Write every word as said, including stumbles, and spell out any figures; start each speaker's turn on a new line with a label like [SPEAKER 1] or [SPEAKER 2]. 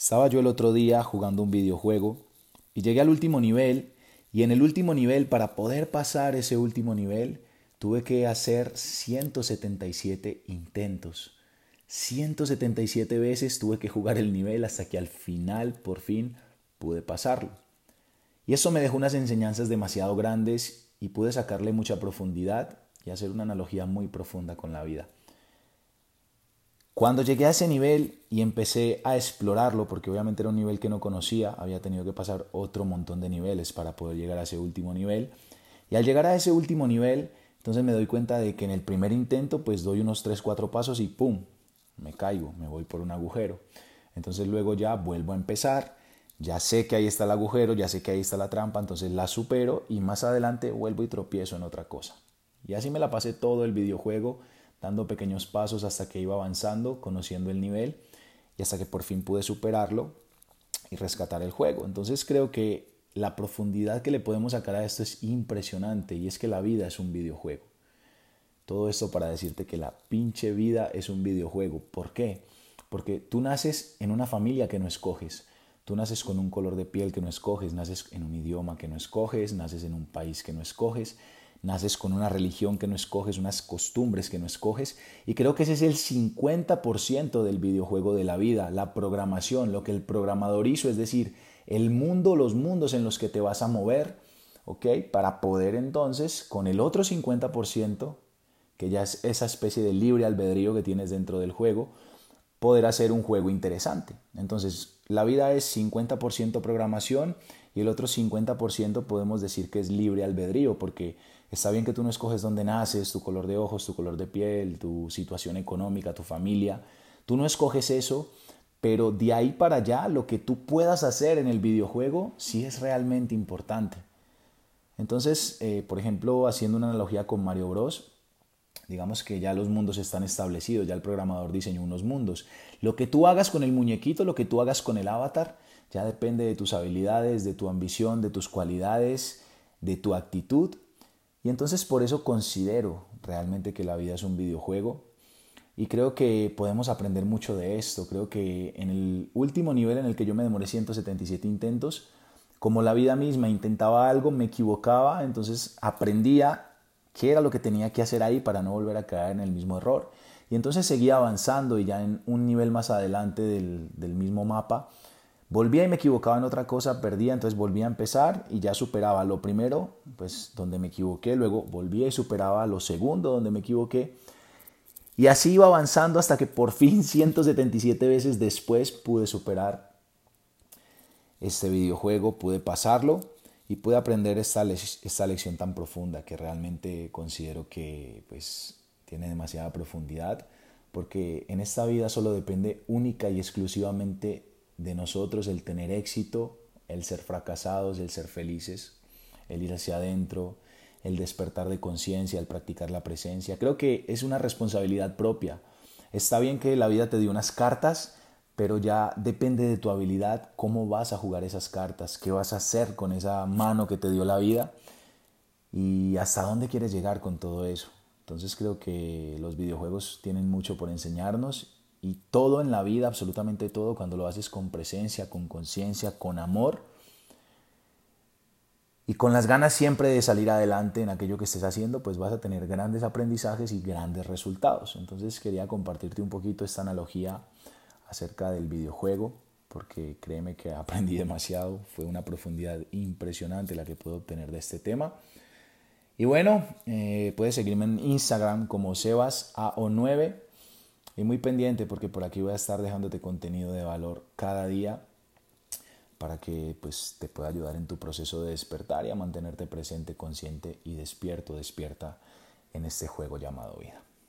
[SPEAKER 1] Estaba yo el otro día jugando un videojuego y llegué al último nivel y en el último nivel, para poder pasar ese último nivel, tuve que hacer ciento setenta y siete intentos. ciento setenta y siete veces tuve que jugar el nivel hasta que al final, por fin, pude pasarlo. Y eso me dejó unas enseñanzas demasiado grandes y pude sacarle mucha profundidad y hacer una analogía muy profunda con la vida. Cuando llegué a ese nivel y empecé a explorarlo, porque obviamente era un nivel que no conocía, había tenido que pasar otro montón de niveles para poder llegar a ese último nivel. Y al llegar a ese último nivel, entonces me doy cuenta de que en el primer intento pues doy unos tres cuatro pasos y ¡pum! Me caigo, me voy por un agujero. Entonces luego ya vuelvo a empezar, ya sé que ahí está el agujero, ya sé que ahí está la trampa, entonces la supero y más adelante vuelvo y tropiezo en otra cosa. Y así me la pasé todo el videojuego, dando pequeños pasos hasta que iba avanzando, conociendo el nivel y hasta que por fin pude superarlo y rescatar el juego. Entonces creo que la profundidad que le podemos sacar a esto es impresionante y es que la vida es un videojuego. Todo esto para decirte que la pinche vida es un videojuego. ¿Por qué? Porque tú naces en una familia que no escoges. Tú naces con un color de piel que no escoges, naces en un idioma que no escoges, naces en un país que no escoges, naces con una religión que no escoges, unas costumbres que no escoges. Y creo que ese es el cincuenta por ciento del videojuego de la vida, la programación, lo que el programador hizo, es decir, el mundo, los mundos en los que te vas a mover, ¿ok? Para poder entonces, con el otro cincuenta por ciento, que ya es esa especie de libre albedrío que tienes dentro del juego, poder hacer un juego interesante. Entonces, la vida es cincuenta por ciento programación y el otro cincuenta por ciento podemos decir que es libre albedrío, porque está bien que tú no escoges dónde naces, tu color de ojos, tu color de piel, tu situación económica, tu familia. Tú no escoges eso, pero de ahí para allá lo que tú puedas hacer en el videojuego sí es realmente importante. Entonces, eh, por ejemplo, haciendo una analogía con Mario Bros., digamos que ya los mundos están establecidos, ya el programador diseñó unos mundos. Lo que tú hagas con el muñequito, lo que tú hagas con el avatar, ya depende de tus habilidades, de tu ambición, de tus cualidades, de tu actitud. Y entonces por eso considero realmente que la vida es un videojuego y creo que podemos aprender mucho de esto. Creo que en el último nivel en el que yo me demoré ciento setenta y siete intentos, como la vida misma intentaba algo, me equivocaba, entonces aprendía qué era lo que tenía que hacer ahí para no volver a caer en el mismo error. Y entonces seguía avanzando y ya en un nivel más adelante del, del mismo mapa, volvía y me equivocaba en otra cosa, perdía, entonces volvía a empezar y ya superaba lo primero, pues donde me equivoqué, luego volvía y superaba lo segundo donde me equivoqué. Y así iba avanzando hasta que por fin ciento setenta y siete veces después pude superar este videojuego, pude pasarlo y pude aprender esta, le esta lección tan profunda que realmente considero que pues, tiene demasiada profundidad, porque en esta vida solo depende única y exclusivamente de nosotros el tener éxito, el ser fracasados, el ser felices, el ir hacia adentro, el despertar de conciencia, el practicar la presencia. Creo que es una responsabilidad propia. Está bien que la vida te dio unas cartas, pero ya depende de tu habilidad cómo vas a jugar esas cartas, qué vas a hacer con esa mano que te dio la vida y hasta dónde quieres llegar con todo eso. Entonces creo que los videojuegos tienen mucho por enseñarnos y todo en la vida, absolutamente todo, cuando lo haces con presencia, con conciencia, con amor y con las ganas siempre de salir adelante en aquello que estés haciendo, pues vas a tener grandes aprendizajes y grandes resultados. Entonces quería compartirte un poquito esta analogía acerca del videojuego, porque créeme que aprendí demasiado, fue una profundidad impresionante la que puedo obtener de este tema. Y bueno, eh, puedes seguirme en Instagram como sebas a o nueve y muy pendiente porque por aquí voy a estar dejándote contenido de valor cada día para que pues, te pueda ayudar en tu proceso de despertar y a mantenerte presente, consciente y despierto, despierta en este juego llamado vida.